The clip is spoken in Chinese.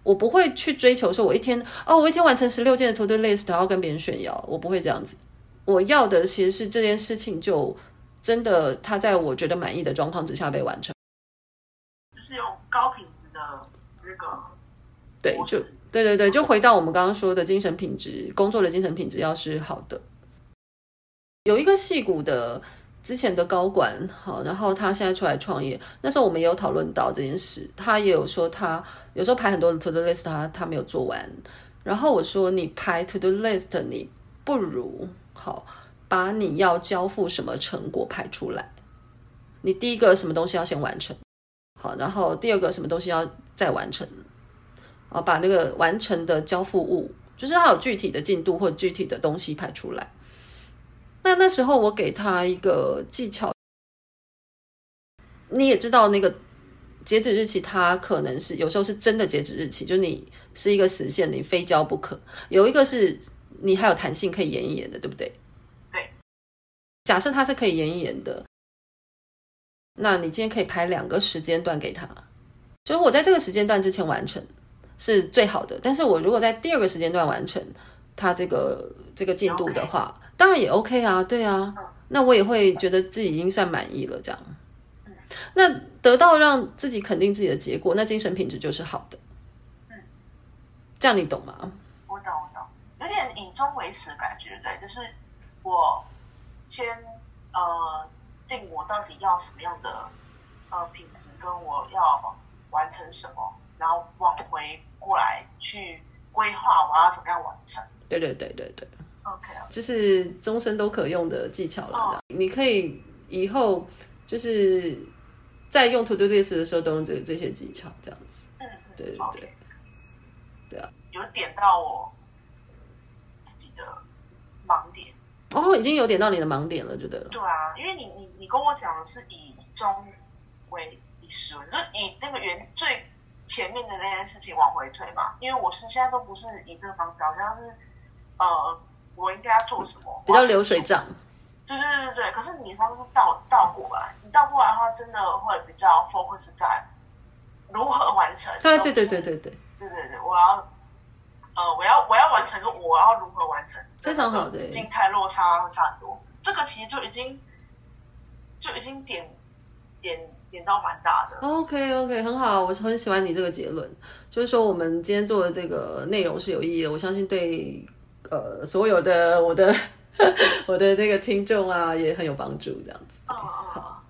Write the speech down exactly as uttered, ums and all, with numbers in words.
我不会去追求说我一天哦，我一天完成十六件的 to do list， 然后跟别人炫耀，我不会这样子。我要的其实是这件事情就真的它在我觉得满意的状况之下被完成， 就是用高品质的那个， 对，就对对对，就回到我们刚刚说的精神品质，工作的精神品质要是好的。有一个矽谷的之前的高管，好，然后他现在出来创业，那时候我们也有讨论到这件事，他也有说他有时候排很多的 to do list， 他他没有做完，然后我说你排 to do list， 你不如好把你要交付什么成果排出来，你第一个什么东西要先完成，好，然后第二个什么东西要再完成，好，把那个完成的交付物，就是它有具体的进度或具体的东西排出来。那那时候我给他一个技巧，你也知道那个截止日期，它可能是有时候是真的截止日期，就你是一个死线，你非交不可。有一个是你还有弹性可以延一延的，对不对？ 对。 假设它是可以延一延的，那你今天可以排两个时间段给他，就是我在这个时间段之前完成是最好的，但是我如果在第二个时间段完成他这个这个进度的话，当然也 OK 啊，对啊，那我也会觉得自己已经算满意了，这样。那得到让自己肯定自己的结果，那精神品质就是好的。嗯，这样你懂吗？ 我懂，我懂，有点以终为始的感觉，对，就是我先呃定我到底要什么样的呃品质，跟我要完成什么，然后往回过来去规划我要怎么样完成。 对对对对对。 OK， 就是终身都可用的技巧了。哦、你可以以后就是在用 to do list 的时候都用这这些技巧，这样子。嗯，对对对， okay. 对啊，有点到我自己的盲点。 哦，已经有点到你的盲点了，觉得。 对啊，因为你你你跟我讲的是以终为以始，就是以那个原最前面的那件事情往回推嘛。因为我是现在都不是以这个方式，好像是呃。我应该要做什么？ 比较流水账。 对对对对，可是你方是倒倒过来，你倒过来的话，真的会比较 focus 在如何完成。 对对对对对对。 对对对，我要呃，我要我要完成，跟我要如何完成， 非常好的。 静态落差会差很多。这个其实就已经就已经点点点到蛮大的。 OK OK， 很好，我很喜欢你这个结论，就是说我们今天做的这个内容是有意义的，我相信对。呃，所有的我的我的这个听众啊，也很有帮助，这样子。好。